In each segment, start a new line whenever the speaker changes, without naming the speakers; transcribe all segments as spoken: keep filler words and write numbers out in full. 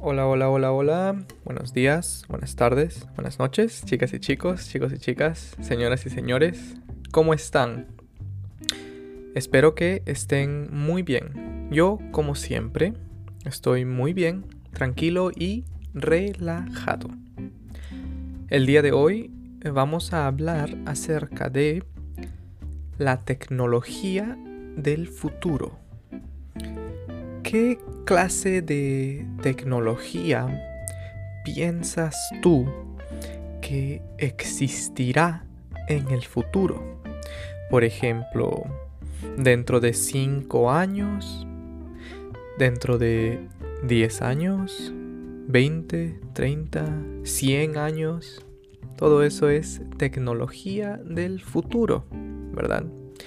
Hola, hola, hola, hola. Buenos días, buenas tardes, buenas noches, chicas y chicos, chicos y chicas, señoras y señores. ¿Cómo están? Espero que estén muy bien. Yo, como siempre, estoy muy bien, tranquilo y relajado. El día de hoy vamos a hablar acerca de la tecnología del futuro. ¿Qué clase de tecnología piensas tú que existirá en el futuro? Por ejemplo, dentro de cinco años, dentro de diez años, veinte, treinta, cien años. Todo eso es tecnología del futuro, ¿verdad?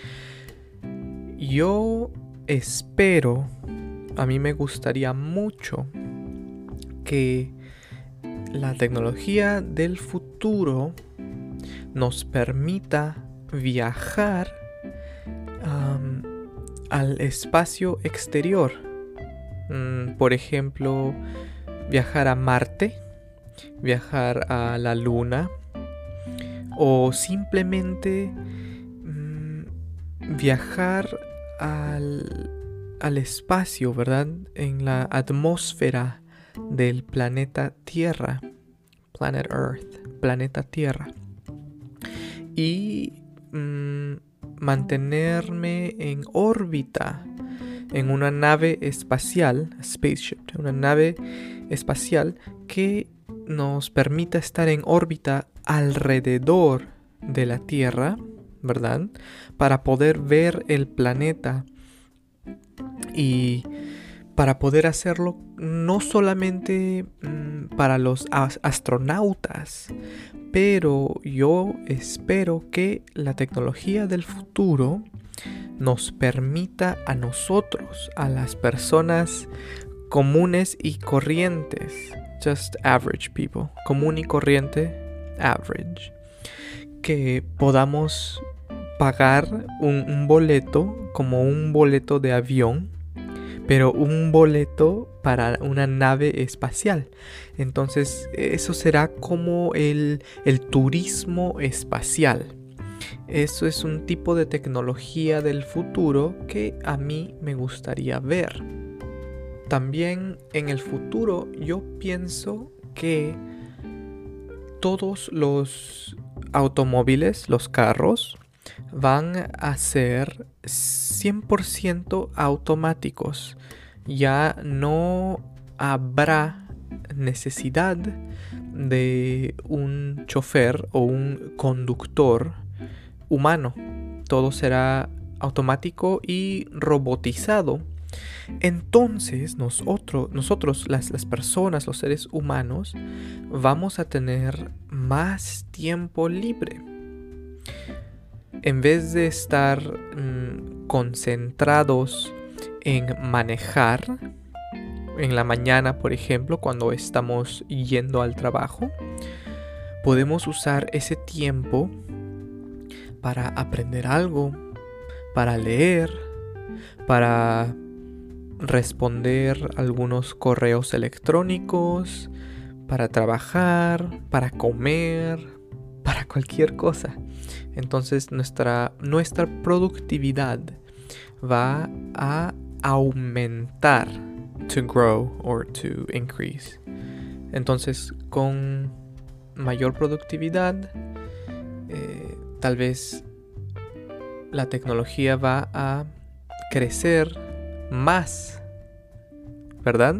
Yo espero, a mí me gustaría mucho que la tecnología del futuro nos permita viajar um, al espacio exterior. Mm, por ejemplo, viajar a Marte, viajar a la Luna, o simplemente mm, viajar al, al espacio, ¿verdad? En la atmósfera del planeta Tierra, Planet Earth, planeta Tierra. Y mmm, mantenerme en órbita en una nave espacial, spaceship, una nave espacial que nos permita estar en órbita alrededor de la Tierra, ¿verdad? Para poder ver el planeta y para poder hacerlo no solamente mmm, para los as- astronautas, pero yo espero que la tecnología del futuro nos permita a nosotros, a las personas comunes y corrientes, just average people, común y corriente, average, que podamos pagar un, un boleto como un boleto de avión, pero un boleto para una nave espacial. Entonces eso será como el, el turismo espacial. Eso es un tipo de tecnología del futuro que a mí me gustaría ver. También en el futuro yo pienso que todos los automóviles, los carros, van a ser cien por ciento automáticos. Ya no habrá necesidad de un chofer o un conductor humano. Todo será automático y robotizado. Entonces nosotros, nosotros las, las personas, los seres humanos, vamos a tener más tiempo libre. En vez de estar mmm, concentrados en manejar, en la mañana, por ejemplo, cuando estamos yendo al trabajo, podemos usar ese tiempo para aprender algo, para leer, para responder algunos correos electrónicos, para trabajar, para comer, para cualquier cosa. Entonces nuestra, nuestra productividad va a aumentar, to grow or to increase. Entonces con mayor productividad, eh, tal vez la tecnología va a crecer más, ¿verdad?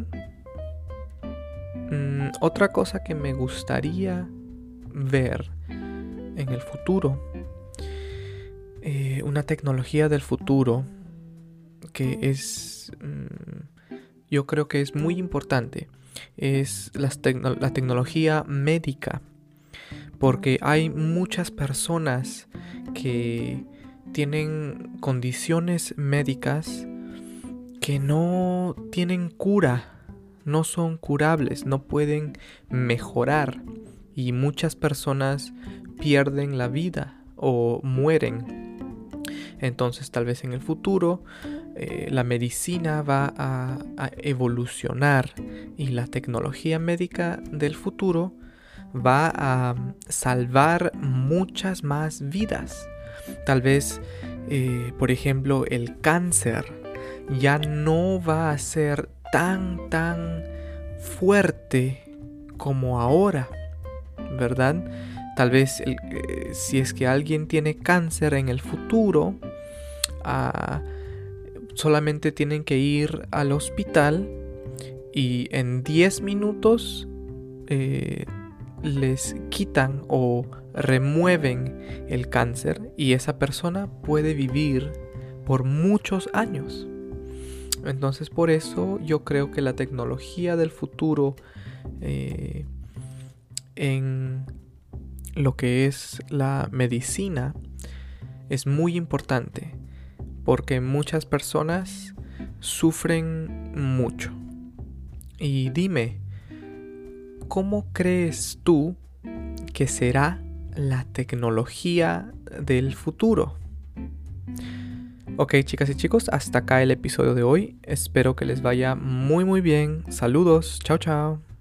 Mm, otra cosa que me gustaría ver en el futuro, eh, una tecnología del futuro que es, mm, yo creo que es muy importante, es la, tecno- la tecnología médica, porque hay muchas personas que tienen condiciones médicas que no tienen cura, no son curables, no pueden mejorar y muchas personas pierden la vida o mueren. Entonces tal vez en el futuro eh, la medicina va a, a evolucionar y la tecnología médica del futuro va a salvar muchas más vidas. Tal vez, eh, por ejemplo, el cáncer ya no va a ser tan, tan fuerte como ahora, ¿verdad? Tal vez el, eh, si es que alguien tiene cáncer en el futuro, ah, solamente tienen que ir al hospital y en diez minutos eh, les quitan o remueven el cáncer y esa persona puede vivir por muchos años. Entonces por eso yo creo que la tecnología del futuro eh, en lo que es la medicina es muy importante porque muchas personas sufren mucho. Y dime, ¿cómo crees tú que será la tecnología del futuro? Ok, chicas y chicos, hasta acá el episodio de hoy. Espero que les vaya muy muy bien. Saludos, chao chao.